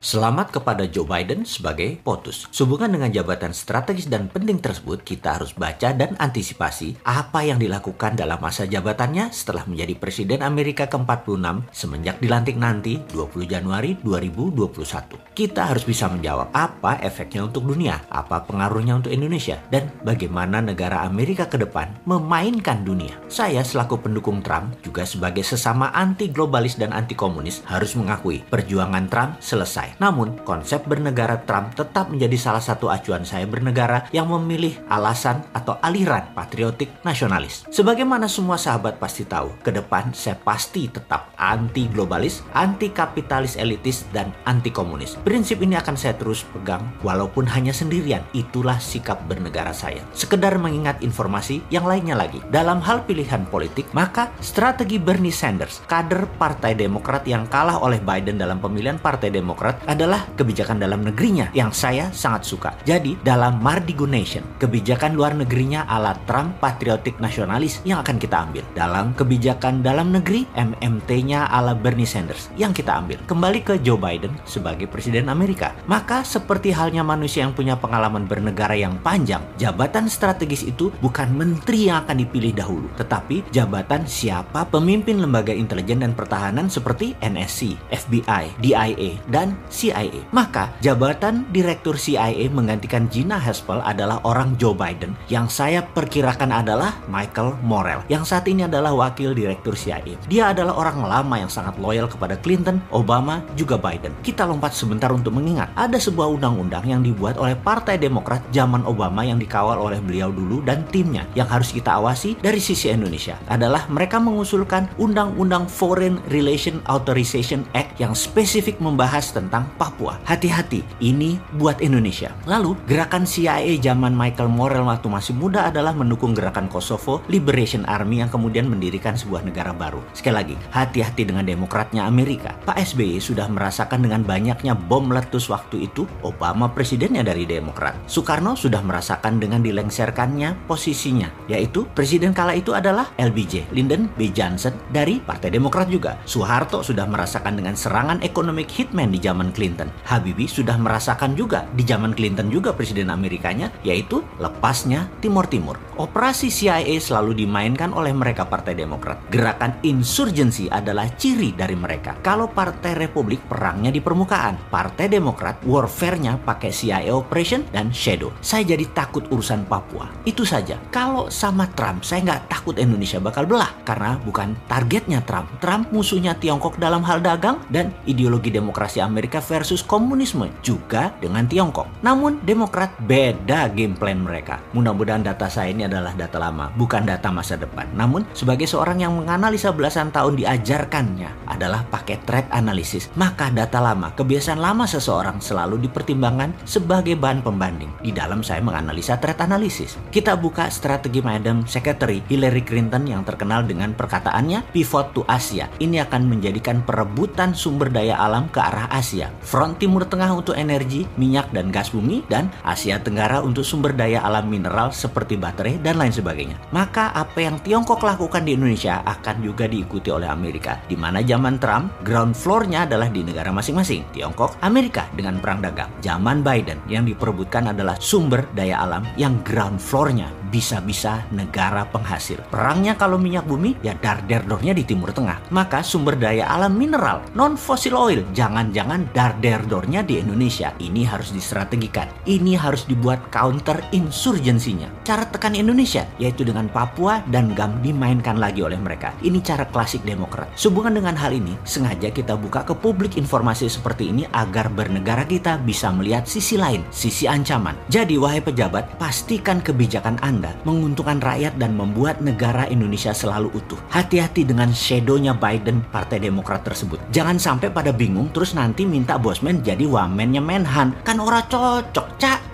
Selamat kepada Joe Biden sebagai POTUS. Sehubungan dengan jabatan strategis dan penting tersebut, kita harus baca dan antisipasi apa yang dilakukan dalam masa jabatannya setelah menjadi Presiden Amerika ke-46 semenjak dilantik nanti 20 Januari 2021. Kita harus bisa menjawab apa efeknya untuk dunia, apa pengaruhnya untuk Indonesia, dan bagaimana negara Amerika ke depan memainkan dunia. Saya selaku pendukung Trump, juga sebagai sesama anti-globalis dan anti-komunis, harus mengakui perjuangan Trump selesai. Namun, konsep bernegara Trump tetap menjadi salah satu acuan saya bernegara yang memilih alasan atau aliran patriotik nasionalis. Sebagaimana semua sahabat pasti tahu, ke depan saya pasti tetap anti-globalis, anti-kapitalis elitis, dan anti-komunis. Prinsip ini akan saya terus pegang walaupun hanya sendirian. Itulah sikap bernegara saya. Sekedar mengingat informasi yang lainnya lagi. Dalam hal pilihan politik, maka strategi Bernie Sanders, kader Partai Demokrat yang kalah oleh Biden dalam pemilihan Partai Demokrat, adalah kebijakan dalam negerinya yang saya sangat suka. Jadi, dalam Mardigo Nation, kebijakan luar negerinya ala Trump patriotik nasionalis yang akan kita ambil. Dalam kebijakan dalam negeri, MMT-nya ala Bernie Sanders yang kita ambil. Kembali ke Joe Biden sebagai Presiden Amerika. Maka, seperti halnya manusia yang punya pengalaman bernegara yang panjang, jabatan strategis itu bukan menteri yang akan dipilih dahulu, tetapi jabatan siapa pemimpin lembaga intelijen dan pertahanan seperti NSC, FBI, DIA, dan CIA. Maka jabatan Direktur CIA menggantikan Gina Haspel adalah orang Joe Biden yang saya perkirakan adalah Michael Morell yang saat ini adalah Wakil Direktur CIA. Dia adalah orang lama yang sangat loyal kepada Clinton, Obama, juga Biden. Kita lompat sebentar untuk mengingat ada sebuah undang-undang yang dibuat oleh Partai Demokrat zaman Obama yang dikawal oleh beliau dulu dan timnya yang harus kita awasi dari sisi Indonesia adalah mereka mengusulkan Undang-Undang Foreign Relation Authorization Act yang spesifik membahas tentang Papua. Hati-hati, ini buat Indonesia. Lalu, gerakan CIA zaman Michael Morell waktu masih muda adalah mendukung gerakan Kosovo Liberation Army yang kemudian mendirikan sebuah negara baru. Sekali lagi, hati-hati dengan demokratnya Amerika. Pak SBY sudah merasakan dengan banyaknya bom meletus waktu itu, Obama presidennya dari Demokrat. Soekarno sudah merasakan dengan dilengserkannya posisinya, yaitu presiden kala itu adalah LBJ, Lyndon B. Johnson dari Partai Demokrat juga. Soeharto sudah merasakan dengan serangan ekonomi hitman di zaman Clinton. Habibie sudah merasakan juga di zaman Clinton juga presiden Amerikanya, yaitu lepasnya Timur Timur. Operasi CIA selalu dimainkan oleh mereka Partai Demokrat. Gerakan insurgensi adalah ciri dari mereka. Kalau Partai Republik perangnya di permukaan, Partai Demokrat warfare-nya pakai CIA operation dan shadow. Saya jadi takut urusan Papua. Itu saja. Kalau sama Trump, saya nggak takut Indonesia bakal belah karena bukan targetnya Trump. Trump musuhnya Tiongkok dalam hal dagang dan ideologi demokrasi Amerika versus komunisme juga dengan Tiongkok. Namun Demokrat beda game plan mereka. Mudah-mudahan data saya ini adalah data lama, bukan data masa depan. Namun sebagai seorang yang menganalisa belasan tahun diajarkannya adalah pakai threat analysis. Maka data lama, kebiasaan lama seseorang selalu dipertimbangkan sebagai bahan pembanding di dalam saya menganalisa threat analysis. Kita buka strategi Madam Secretary Hillary Clinton yang terkenal dengan perkataannya pivot to Asia. Ini akan menjadikan perebutan sumber daya alam ke arah Asia. Front Timur Tengah untuk energi, minyak dan gas bumi, dan Asia Tenggara untuk sumber daya alam mineral seperti baterai dan lain sebagainya. Maka apa yang Tiongkok lakukan di Indonesia akan juga diikuti oleh Amerika. Di mana zaman Trump, ground floor-nya adalah di negara masing-masing. Tiongkok, Amerika dengan perang dagang. Zaman Biden yang diperebutkan adalah sumber daya alam yang ground floor-nya bisa-bisa negara penghasil. Perangnya kalau minyak bumi, ya dar-der-dornya di Timur Tengah. Maka sumber daya alam mineral, non-fossil oil, jangan-jangan dar-der-dornya di Indonesia. Ini harus distrategikan. Ini harus dibuat counter insurgensinya. Cara tekan Indonesia, yaitu dengan Papua dan GAM dimainkan lagi oleh mereka. Ini cara klasik Demokrat. Sehubungan dengan hal ini, sengaja kita buka ke publik informasi seperti ini agar bernegara kita bisa melihat sisi lain, sisi ancaman. Jadi, wahai pejabat, pastikan kebijakan Anda menguntungkan rakyat dan membuat negara Indonesia selalu utuh. Hati-hati dengan shadow-nya Biden, Partai Demokrat tersebut. Jangan sampai pada bingung terus nanti minta Bosman jadi wamennya Menhan. Kan ora cocok, Cak.